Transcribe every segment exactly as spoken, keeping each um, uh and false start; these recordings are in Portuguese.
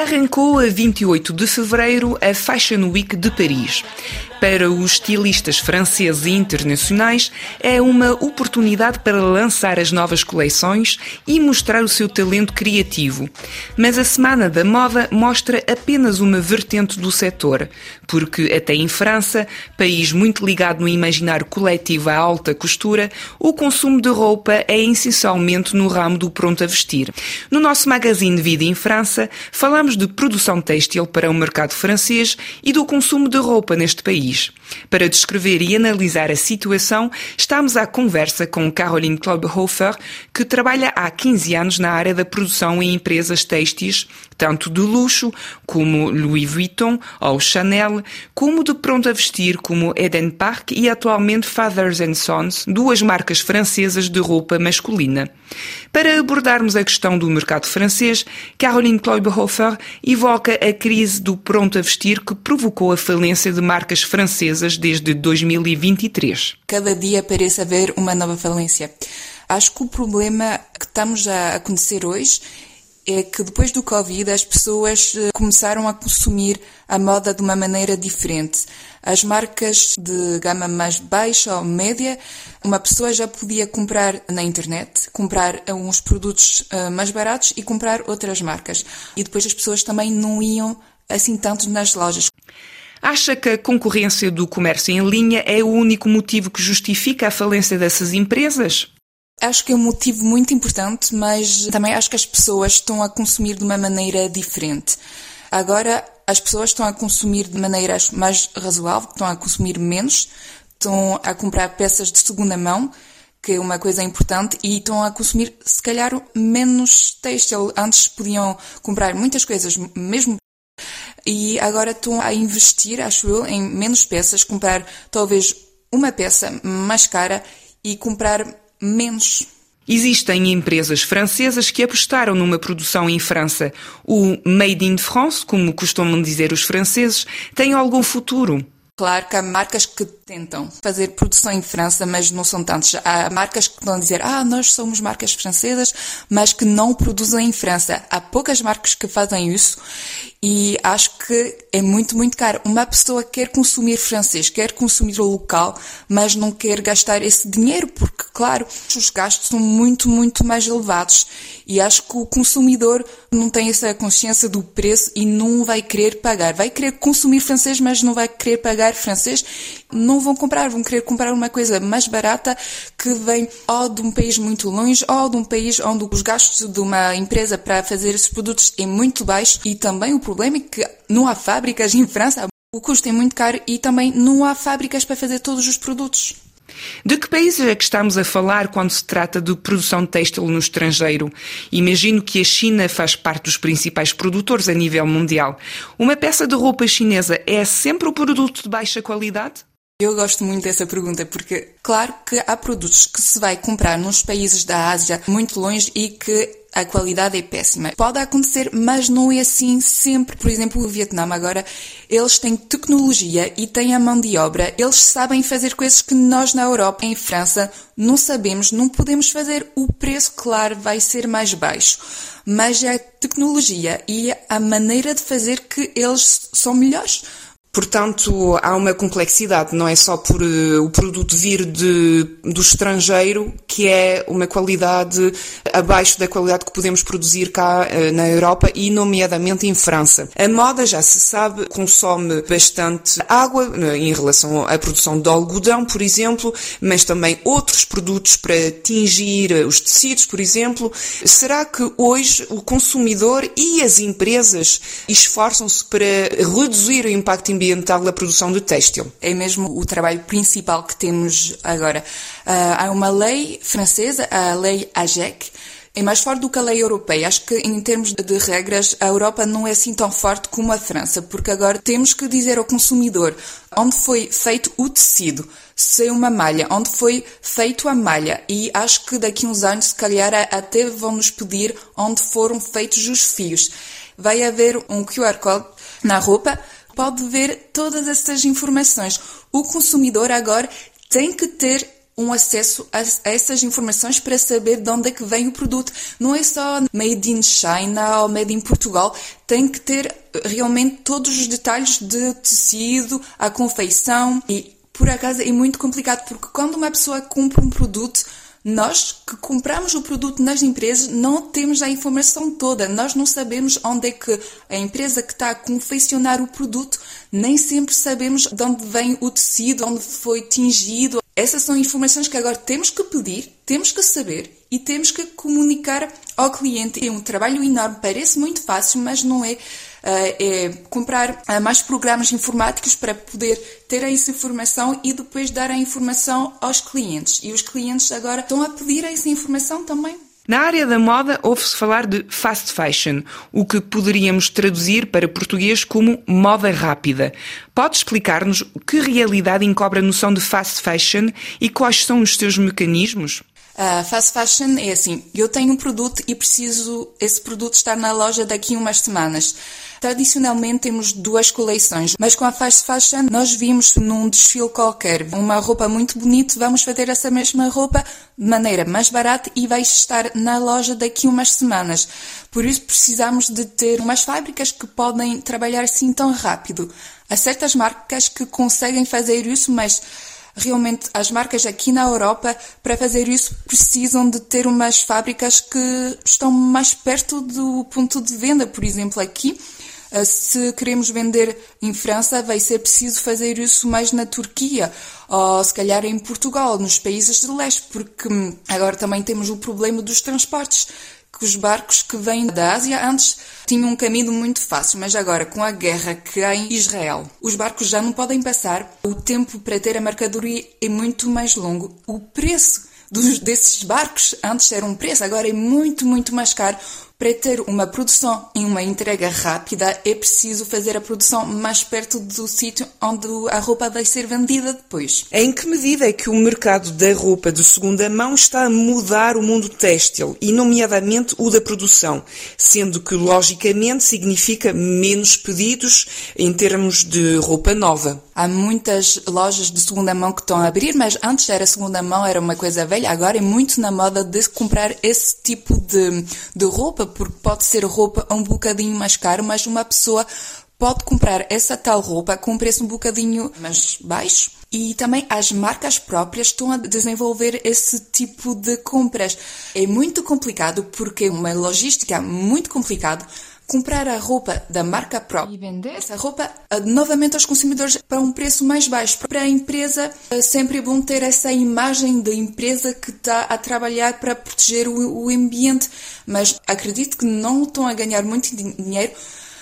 Arrancou a vinte e oito de fevereiro a Fashion Week de Paris. Para os estilistas franceses e internacionais, é uma oportunidade para lançar as novas coleções e mostrar o seu talento criativo. Mas a Semana da Moda mostra apenas uma vertente do setor, porque até em França, país muito ligado no imaginário coletivo à alta costura, o consumo de roupa é essencialmente no ramo do pronto a vestir. No nosso magazine de Vida em França, falamos de produção têxtil para o mercado francês e do consumo de roupa neste país. Para descrever e analisar a situação, estamos à conversa com Caroline Kloebhofer, que trabalha há quinze anos na área da produção em empresas têxteis, tanto de luxo como Louis Vuitton ou Chanel, como de pronto a vestir como Eden Park e atualmente Fathers and Sons, duas marcas francesas de roupa masculina. Para abordarmos a questão do mercado francês, Caroline Kloebhofer evoca a crise do pronto a vestir que provocou a falência de marcas francesas desde dois mil e vinte e três. Cada dia parece haver uma nova falência. Acho que o problema que estamos a acontecer hoje é que depois do Covid as pessoas começaram a consumir a moda de uma maneira diferente. As marcas de gama mais baixa ou média, uma pessoa já podia comprar na internet, comprar uns produtos mais baratos e comprar outras marcas. E depois as pessoas também não iam assim tanto nas lojas. Acha que a concorrência do comércio em linha é o único motivo que justifica a falência dessas empresas? Acho que é um motivo muito importante, mas também acho que as pessoas estão a consumir de uma maneira diferente. Agora, as pessoas estão a consumir de maneira mais razoável, estão a consumir menos, estão a comprar peças de segunda mão, que é uma coisa importante, e estão a consumir, se calhar, menos têxtil. Antes podiam comprar muitas coisas, mesmo, e agora estão a investir, acho eu, em menos peças, comprar talvez uma peça mais cara e comprar menos. Existem empresas francesas que apostaram numa produção em França. O Made in France, como costumam dizer os franceses, tem algum futuro? Claro que há marcas que tentam fazer produção em França, mas não são tantas. Há marcas que vão dizer, ah, nós somos marcas francesas, mas que não produzem em França. Há poucas marcas que fazem isso e acho que é muito, muito caro. Uma pessoa quer consumir francês, quer consumir o local, mas não quer gastar esse dinheiro, porque, claro, os gastos são muito, muito mais elevados. E acho que o consumidor não tem essa consciência do preço e não vai querer pagar. Vai querer consumir francês, mas não vai querer pagar francês. Não vão comprar, vão querer comprar uma coisa mais barata que vem ou de um país muito longe ou de um país onde os gastos de uma empresa para fazer esses produtos é muito baixo. E também o problema é que não há fábricas em França, o custo é muito caro e também não há fábricas para fazer todos os produtos. De que países é que estamos a falar quando se trata de produção têxtil no estrangeiro? Imagino que a China faz parte dos principais produtores a nível mundial. Uma peça de roupa chinesa é sempre um produto de baixa qualidade? Eu gosto muito dessa pergunta porque, claro que há produtos que se vai comprar nos países da Ásia muito longe e que a qualidade é péssima. Pode acontecer, mas não é assim sempre. Por exemplo, o Vietnã agora, eles têm tecnologia e têm a mão de obra. Eles sabem fazer coisas que nós na Europa, em França, não sabemos, não podemos fazer. O preço, claro, vai ser mais baixo. Mas é a tecnologia e a maneira de fazer que eles são melhores. Portanto, há uma complexidade, não é só por uh, o produto vir de, do estrangeiro, que é uma qualidade abaixo da qualidade que podemos produzir cá uh, na Europa e nomeadamente em França. A moda, já se sabe, consome bastante água uh, em relação à produção de algodão, por exemplo, mas também outros produtos para tingir uh, os tecidos, por exemplo. Será que hoje o consumidor e as empresas esforçam-se para reduzir o impacto ambiental da produção de têxtil? É mesmo o trabalho principal que temos agora. Uh, há uma lei francesa, a lei A G E C, é mais forte do que a lei europeia. Acho que em termos de regras a Europa não é assim tão forte como a França, porque agora temos que dizer ao consumidor onde foi feito o tecido, se é uma malha, onde foi feito a malha, e acho que daqui a uns anos se calhar até vão nos pedir onde foram feitos os fios. Vai haver um Q R Code na roupa, pode ver todas essas informações. O consumidor agora tem que ter um acesso a, a essas informações para saber de onde é que vem o produto. Não é só made in China ou made in Portugal, tem que ter realmente todos os detalhes de tecido, a confeição e, por acaso, é muito complicado porque quando uma pessoa compra um produto, nós que compramos o produto nas empresas não temos a informação toda, nós não sabemos onde é que a empresa que está a confeccionar o produto, nem sempre sabemos de onde vem o tecido, onde foi tingido. Essas são informações que agora temos que pedir, temos que saber e temos que comunicar ao cliente. É um trabalho enorme, parece muito fácil, mas não é. É comprar mais programas informáticos para poder ter essa informação e depois dar a informação aos clientes. E os clientes agora estão a pedir essa informação também. Na área da moda, ouve-se falar de fast fashion, o que poderíamos traduzir para português como moda rápida. Pode explicar-nos que realidade encobre a noção de fast fashion e quais são os seus mecanismos? Uh, fast fashion é assim, eu tenho um produto e preciso esse produto estar na loja daqui a umas semanas. Tradicionalmente temos duas coleções, mas com a fast fashion nós vimos num desfile qualquer uma roupa muito bonita, vamos fazer essa mesma roupa de maneira mais barata e vai estar na loja daqui a umas semanas. Por isso precisamos de ter umas fábricas que podem trabalhar assim tão rápido. Há certas marcas que conseguem fazer isso, mas realmente as marcas aqui na Europa, para fazer isso, precisam de ter umas fábricas que estão mais perto do ponto de venda. Por exemplo, aqui, se queremos vender em França, vai ser preciso fazer isso mais na Turquia, ou se calhar em Portugal, nos países de leste, porque agora também temos o problema dos transportes, que os barcos que vêm da Ásia antes tinham um caminho muito fácil, mas agora com a guerra que há em Israel, os barcos já não podem passar, o tempo para ter a mercadoria é muito mais longo, o preço dos, desses barcos antes era um preço, agora é muito, muito mais caro. Para ter uma produção e uma entrega rápida, é preciso fazer a produção mais perto do sítio onde a roupa vai ser vendida depois. Em que medida é que o mercado da roupa de segunda mão está a mudar o mundo têxtil, e nomeadamente o da produção, sendo que, logicamente, significa menos pedidos em termos de roupa nova? Há muitas lojas de segunda mão que estão a abrir, mas antes era segunda mão, era uma coisa velha, agora é muito na moda de comprar esse tipo de, de roupa, porque pode ser roupa um bocadinho mais caro, mas uma pessoa pode comprar essa tal roupa com um preço um bocadinho mais baixo. E também as marcas próprias estão a desenvolver esse tipo de compras. É muito complicado porque é uma logística muito complicada. Comprar a roupa da marca própria e vender essa roupa novamente aos consumidores para um preço mais baixo. Para a empresa, é sempre bom ter essa imagem da empresa que está a trabalhar para proteger o, o ambiente, mas acredito que não estão a ganhar muito dinheiro,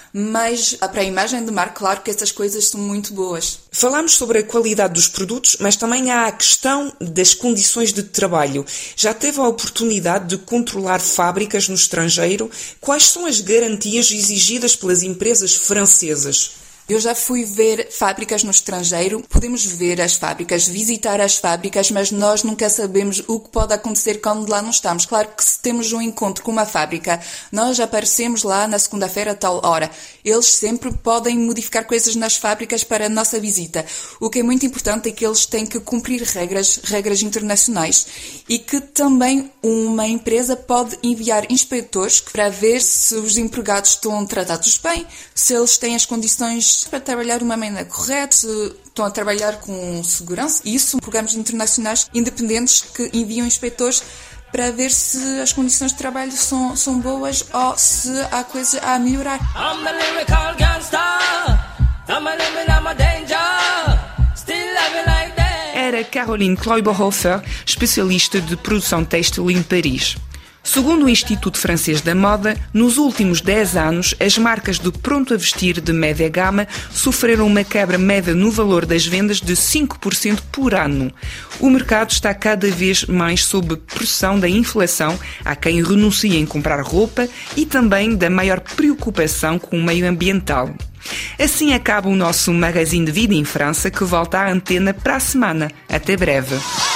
mas para a imagem de marca, claro que essas coisas são muito boas. Falámos sobre a qualidade dos produtos, mas também há a questão das condições de trabalho. Já teve a oportunidade de controlar fábricas no estrangeiro? Quais são as garantias exigidas pelas empresas francesas? Eu já fui ver fábricas no estrangeiro, podemos ver as fábricas, visitar as fábricas, mas nós nunca sabemos o que pode acontecer quando lá não estamos. Claro que se temos um encontro com uma fábrica, nós aparecemos lá na segunda-feira a tal hora. Eles sempre podem modificar coisas nas fábricas para a nossa visita. O que é muito importante é que eles têm que cumprir regras, regras internacionais, e que também uma empresa pode enviar inspetores para ver se os empregados estão tratados bem, se eles têm as condições para trabalhar de uma maneira correta, se estão a trabalhar com segurança. E isso são programas internacionais independentes que enviam inspetores para ver se as condições de trabalho são, são boas ou se há coisas a melhorar. Era Caroline Kläuberhofer, especialista de produção têxtil em Paris. Segundo o Instituto Francês da Moda, nos últimos dez anos, as marcas de pronto a vestir de média gama sofreram uma quebra média no valor das vendas de cinco por cento por ano. O mercado está cada vez mais sob pressão da inflação, há quem renuncie em comprar roupa, e também da maior preocupação com o meio ambiental. Assim acaba o nosso Magazine de Vida em França, que volta à antena para a semana. Até breve.